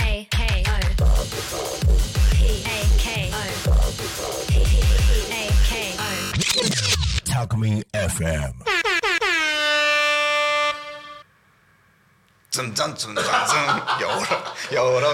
Talkme FM。 ズンザンズンザンズン喜びの朝も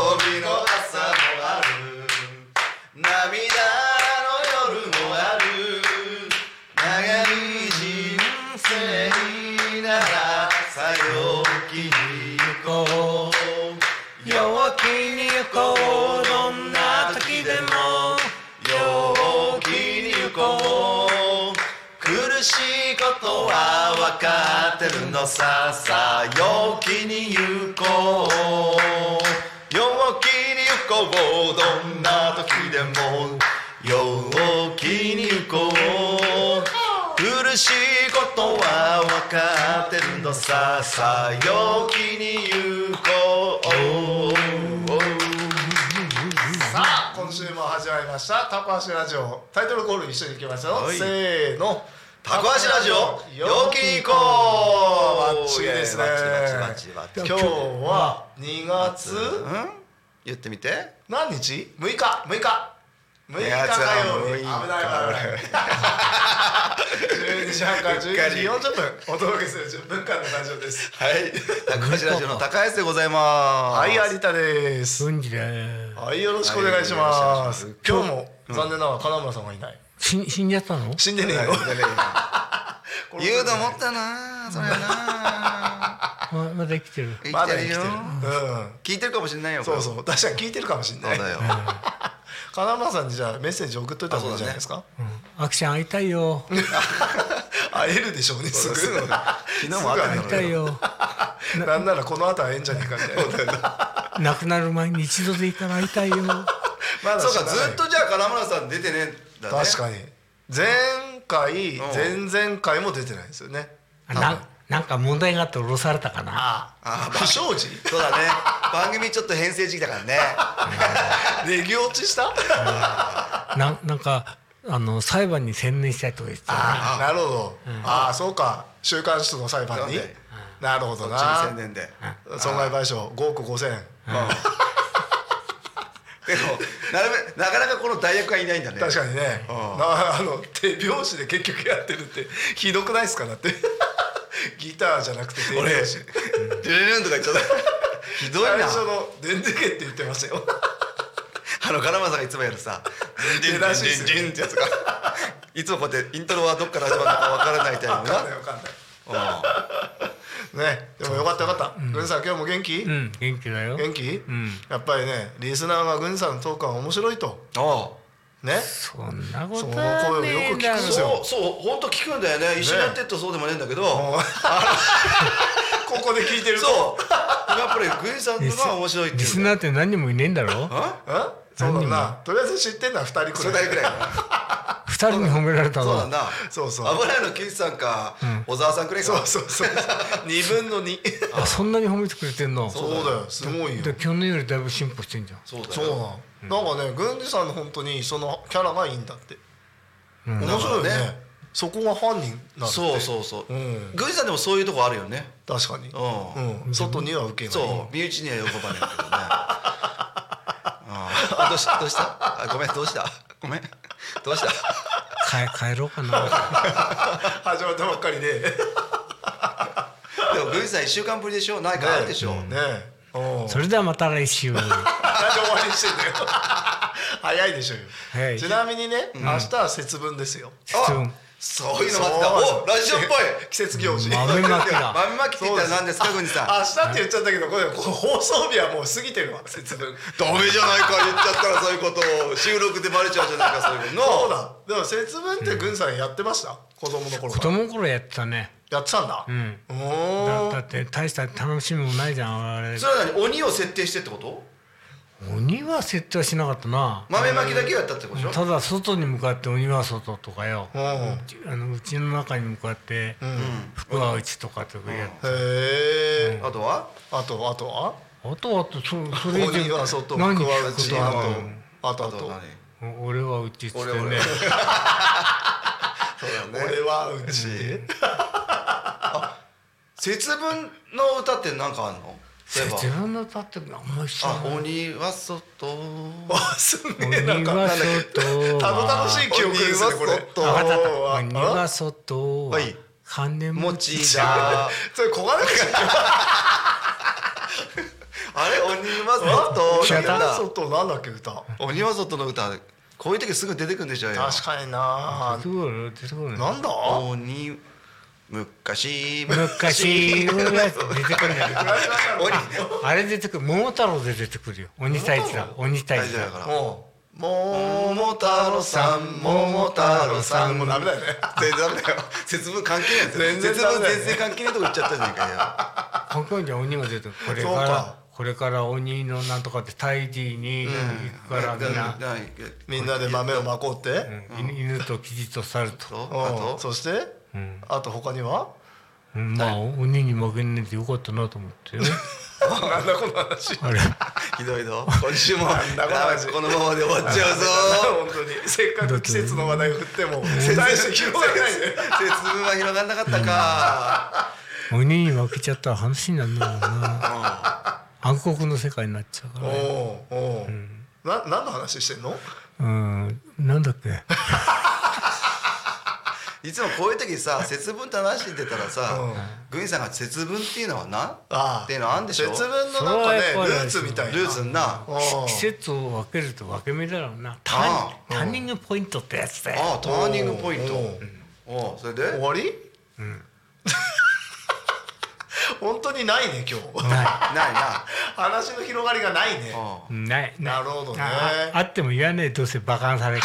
ある涙の夜もある長い人生ならさ陽気に行こう陽気に行こうどんな時でも陽気に行こう苦しいことは分かってるのささあ陽気に行こう陽気に行こうどんな時でも陽気に行こう苦しいことは分かってるのささあ陽気に行こうさあ今週も始まりましたタコ足ラジオタイトルコール一緒にいきましょう、はい、せーのタコ足ラジオ陽気に行こうバッチリですね今日は2月言ってみて何日 ?6 日6日火曜日危ない12時半から12時40分お届けする10分間のラジオですはいタコ足ラジオの高安でございますはい有田です文治ですはいよろしくお願いします、今日も残念ながら金村さんがいない死んじゃったの？ 死んでねえよ言うと思ったなそれなまだ生きてるまだ生きてる聞いてるかもしれないよそうそう確かに聞いてるかもしれないそうだよ金村さんにじゃあメッセージ送っといた方がいいんじゃないですかアクション会いたいよ会えるでしょうねすぐ昨日も会会いたいよなんならこの後会えんじゃねえかみたいな亡くなる前に一度でいいから会いたいよまだそうかずっとじゃあ金村さん出てねえんだね確かに前回前々回も出てないですよねなんか問題があって降ろされたかな不祥事そうだね番組ちょっと編成時期だからねネギ落ちしたなんか裁判に専念したいとか言ってたなるほどそうか週刊誌の裁判になるほどなそっちに専念で損害賠償5億5千でもなかなかこの代役がいないんだね確かにね手拍子で結局やってるってひどくないですかだってギターじゃなくて手拍子デレレンとか言っちゃったひどいな最初の「でんでけ」って言ってましたよ金村さんがいつもやるさ「デンデンデンデン」ってやつがいつもこうやってイントロはどっから始まるのか分からないタイプな分かんないね、でもよかったよかった軍さん今日も元気？ 元気だよ元気？やっぱりねリスナーが軍さんのトークは面白いとねそんなことその声をよく聞くんですよそう本当聞くんだよね一緒にやってるとそうでもねえんだけどここで聞いてるとそうやっぱり軍さんのが面白いっていうリスナーって何人もいねえんだろそうだなとりあえず知ってんのは2人くらい 2人に褒められたのそうなんだそうそう危ないの木内さんか小沢さんくらいかそう2分の2 そんなに褒めてくれてんのそうだよすごいよ去年よりだいぶ進歩してんじゃんそうなんかね郡司さんの本当にそのキャラがいいんだって面白いよねそこがファンになるってそう郡司さんでもそういうとこあるよね確かに外には受けないそう身内には喜ばないけどねどうしたごめんどうした帰ろうかな始まったばっかりででも郡司さん1週間ぶりでしょ何かあるでしょそれではまた来週なんで終わりにしてんだよ早いでしょうよちなみにね明日は節分ですよそういうの待ってたおラジオっぽい季節行事豆まきだ豆まきって言ったら何ですか郡司さん明日って言っちゃったけどこれ放送日はもう過ぎてるわ節分ダメじゃないか言っちゃったらそういうことを収録でバレちゃうじゃないかそういうのそうだでも節分って郡さんやってました子供の頃子供の頃やってたねやってたんだだって大した楽しみもないじゃんあれそれは何鬼を設定してってこと鬼は設定はしなかったな豆まきだけやったってことでしょただ外に向かって鬼は外とかようちの中に向かって福は内とかとかやってへえあとはあとそれ鬼は外福は内あと俺は内っつってね俺は内節分の歌って何かあんの？ そういえば自分の歌ってあんまり知らない。 鬼は外あすげえなんか鬼は外楽しい記憶ですねこれ。 鬼は外あわかったあ鬼は外ははい金持ち餅だ。 だそれ小金持ちあれ鬼は外違った鬼は外なんだっけ歌。 鬼は外の歌こういう時すぐ出てくるんでしょうよ。 確かにな。 出てくる出てくる。 なんだ。 鬼昔昔出てくるんだよ。 鬼あれ出てくる。桃太郎で出てくるよ。鬼退治だ。鬼退治だ。 大事だからもう桃太郎さん桃太郎さんもうダメだよね。 全然ダメだよ。節分関係ないですよ。 全然節分ダメだよね全然関係ないとこ行っちゃったじゃんかここに鬼が出てくる。 そうかこれから鬼のなんとかって退治に行くからみんな、 みんなで豆をまこうって。 犬とキジと猿と、 あとそしてあと他には。 まあ鬼に負けねえでよかったなと思ってね。 なんだこの話。 あれひどいぞ。今週もなんだこの話このままで終わっちゃうぞ。 本当にせっかく季節の話題を振っても大して広がらないね。 節分は広がんなかったか。 鬼に負けちゃったら話になるんだもんな。暗黒の世界になっちゃうからね。 おお。何の話してんの？ なんだっけ。 いつもこういう時さ節分って話してたらさ、グイさんが節分っていうのは何っていうのあるんでしょ。 節分のなんかねルーツみたいな。 ルーツな。 季節を分けると分け目だろうな。ターニングポイントってやつだよ。 ああターニングポイント。おそれで終わり？本当にないね今日。 ないな。 話の広がりがないね。 ない。 なるほどね。 あっても言わねえどうせバカにされる。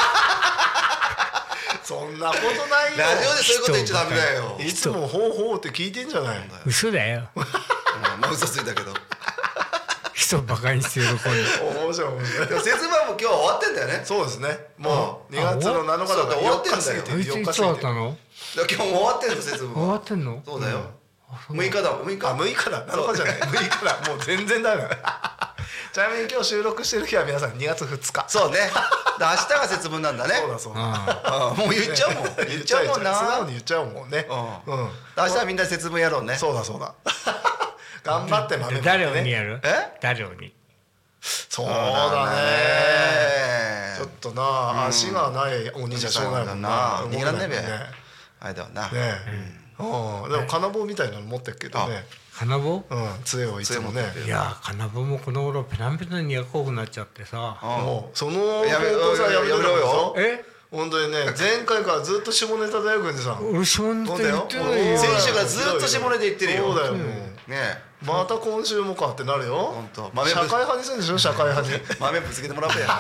そんなことないよ。 ラジオでそういうこと言っちゃダメだよ。 いつもほうほうって聞いてんじゃない。 嘘だよ。 まあ嘘ついたけど。 人バカにして喜んで。 面白い面白い。 でも節分はもう今日終わってんだよね。 そうですね。もう2月の7日だから終わってんだよ 4日過ぎていついつだったの？ 今日も終わってんの節分終わは。 ってんの？ そうだよ。6日だ6日。 あ6日だ7日じゃない6日だもう全然ダメだ。ちなみに今日収録してる日は皆さん2月2日。 そうね。明日が節分なんだね。 そうだそうだ。 もう言っちゃうもん。言っちゃうもんな。 素直に言っちゃうもんね。 明日はみんな節分やろうね。 そうだそうだ。頑張って豆ま誰をにやる？ え？ 誰をに？ そうだね。ちょっとな足がない鬼じゃしょうがないもんな。 逃げらんねえべ。あれだわな。 ね。でも金棒みたいなの持ってるけどね。 金棒？ 杖をいつもね。 いや金棒もこの頃ペランペランに焼こうくなっちゃってさ。 もうその方向さやめろよ。本当にね前回からずっと下ネタだよ郡司さん。 俺下ネタ言ってないよ。 先週からずっと下ネタ言ってるよ。 そうだよ。 ねまた今週もかってなるよ。 本当。 社会派にするんでしょ社会派に。 豆ぶつけてもらおうや。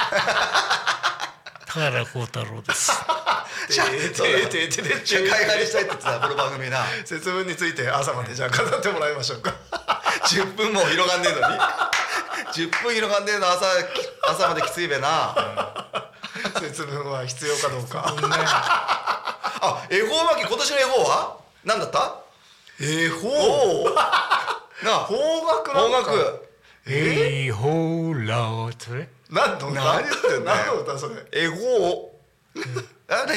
田原幸太郎です。 社会派にしたいって言ってたこの番組な。 節分について朝までじゃあ語ってもらいましょうか。 10分も広がんねえのに。10分広がんねえの朝まできついべな。 節分は必要かどうか。 あ、恵方巻き今年の恵方は何だった？ 恵方。 なあ。 方角なんか。 方角。 ほーらーそれ？ 何の歌？ 何言ってんだよ。 何の歌それ？ 恵方。何？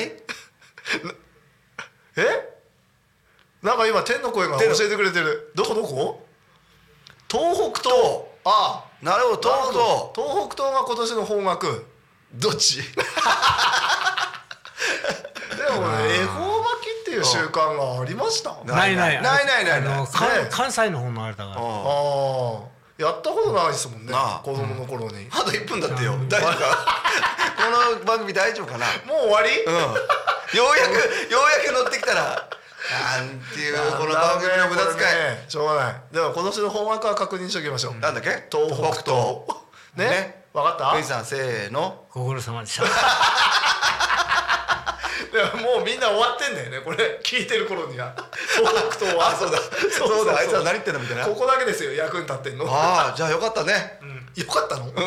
なんか今天の声が教えてくれてる。どこ？東北東。ああ、 なるほど。 東北東が今年の方角。 どっち？ でもね、恵方巻きっていう習慣がありました。 ないない。関西の方のあれだから。 ああ、やったことないですもんね。子供の頃に。 あと1分だってよ。大丈夫か？この番組大丈夫かな？ もう終わり？ ようやく乗ってきたらなんていうこの番組の無駄遣い。 しょうがない。では今年の方角は確認しておきましょう。 なんだっけ？ 東北東。ね、分かった？ クイさんせーの。 ご苦労様でした。 もうみんな終わってんだよねこれ聞いてる頃には。東北東は。 そうだあいつら何言ってんのみたいな。 ここだけですよ役に立ってんの。 ああじゃあよかったね。 よかったの？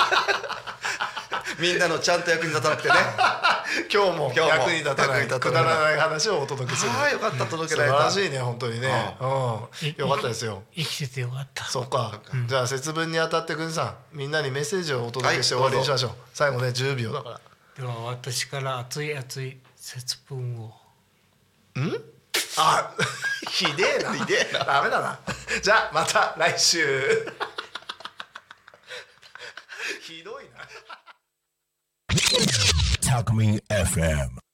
みんなのちゃんと役に立たなくてね。 今日も役に立たないくだらない話をお届けする。 ああよかった届け素られた。 晴らしいね本当にね。よかったですよ。 生きててよかった。 そうか。じゃあ節分にあたって郡司さんみんなにメッセージをお届けして終わりにしましょう。最後ね10秒だから。 では私から熱い節分を。 あひでえなひでえなダメだな。じゃあまた来週ひどいな。 Talk Me FM